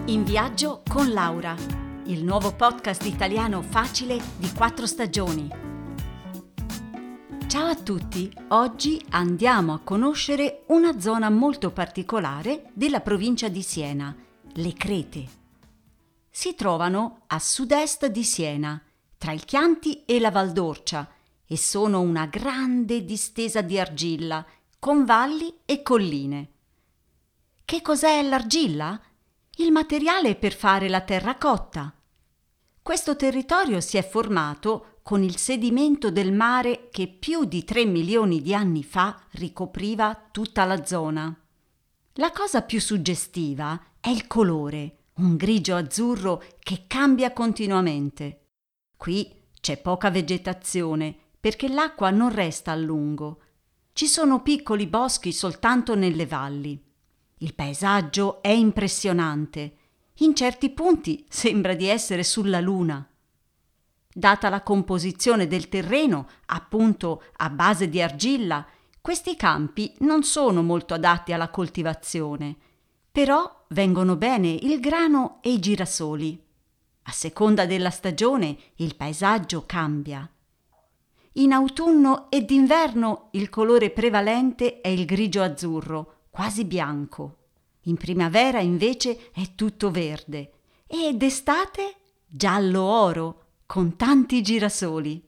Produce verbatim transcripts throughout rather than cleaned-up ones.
In viaggio con Laura, il nuovo podcast italiano facile di quattro stagioni. Ciao a tutti, oggi andiamo a conoscere una zona molto particolare della provincia di Siena, le Crete. Si trovano a sud-est di Siena, tra il Chianti e la Val d'Orcia, e sono una grande distesa di argilla, con valli e colline. Che cos'è l'argilla? Il materiale per fare la terracotta. Questo territorio si è formato con il sedimento del mare che più di tre milioni di anni fa ricopriva tutta la zona. La cosa più suggestiva è il colore, un grigio azzurro che cambia continuamente. Qui c'è poca vegetazione perché l'acqua non resta a lungo. Ci sono piccoli boschi soltanto nelle valli. Il paesaggio è impressionante. In certi punti sembra di essere sulla Luna. Data la composizione del terreno, appunto a base di argilla, questi campi non sono molto adatti alla coltivazione, però vengono bene il grano e i girasoli. A seconda della stagione il paesaggio cambia. In autunno ed inverno il colore prevalente è il grigio azzurro, quasi bianco. In primavera invece è tutto verde e d'estate giallo oro con tanti girasoli.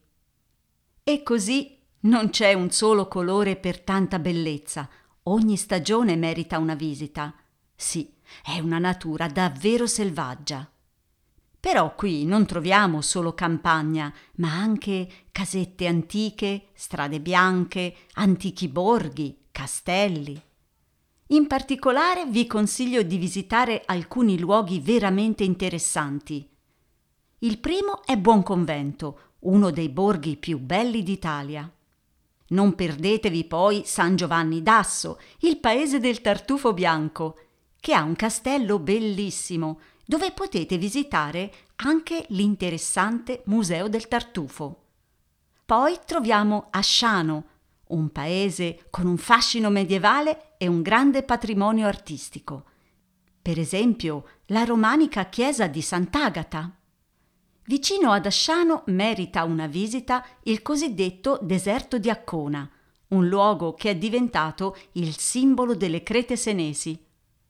E così non c'è un solo colore per tanta bellezza. Ogni stagione merita una visita. Sì, è una natura davvero selvaggia. Però qui non troviamo solo campagna, ma anche casette antiche, strade bianche, antichi borghi, castelli. In particolare vi consiglio di visitare alcuni luoghi veramente interessanti. Il primo è Buonconvento, uno dei borghi più belli d'Italia. Non perdetevi poi San Giovanni d'Asso, il paese del tartufo bianco, che ha un castello bellissimo, dove potete visitare anche l'interessante Museo del Tartufo. Poi troviamo Asciano, un paese con un fascino medievale e un grande patrimonio artistico. Per esempio, la romanica chiesa di Sant'Agata. Vicino ad Asciano merita una visita il cosiddetto deserto di Accona, un luogo che è diventato il simbolo delle Crete senesi.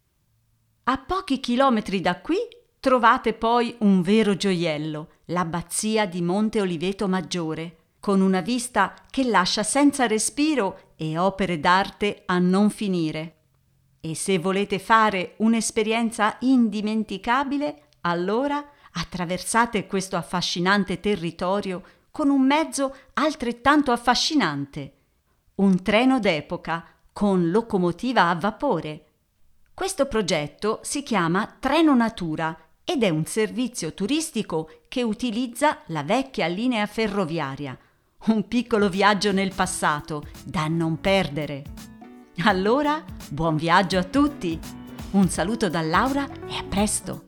A pochi chilometri da qui trovate poi un vero gioiello, l'abbazia di Monte Oliveto Maggiore, con una vista che lascia senza respiro e opere d'arte a non finire. E se volete fare un'esperienza indimenticabile, allora attraversate questo affascinante territorio con un mezzo altrettanto affascinante, un treno d'epoca con locomotiva a vapore. Questo progetto si chiama Treno Natura ed è un servizio turistico che utilizza la vecchia linea ferroviaria. Un piccolo viaggio nel passato da non perdere. Allora, buon viaggio a tutti! Un saluto da Laura e a presto!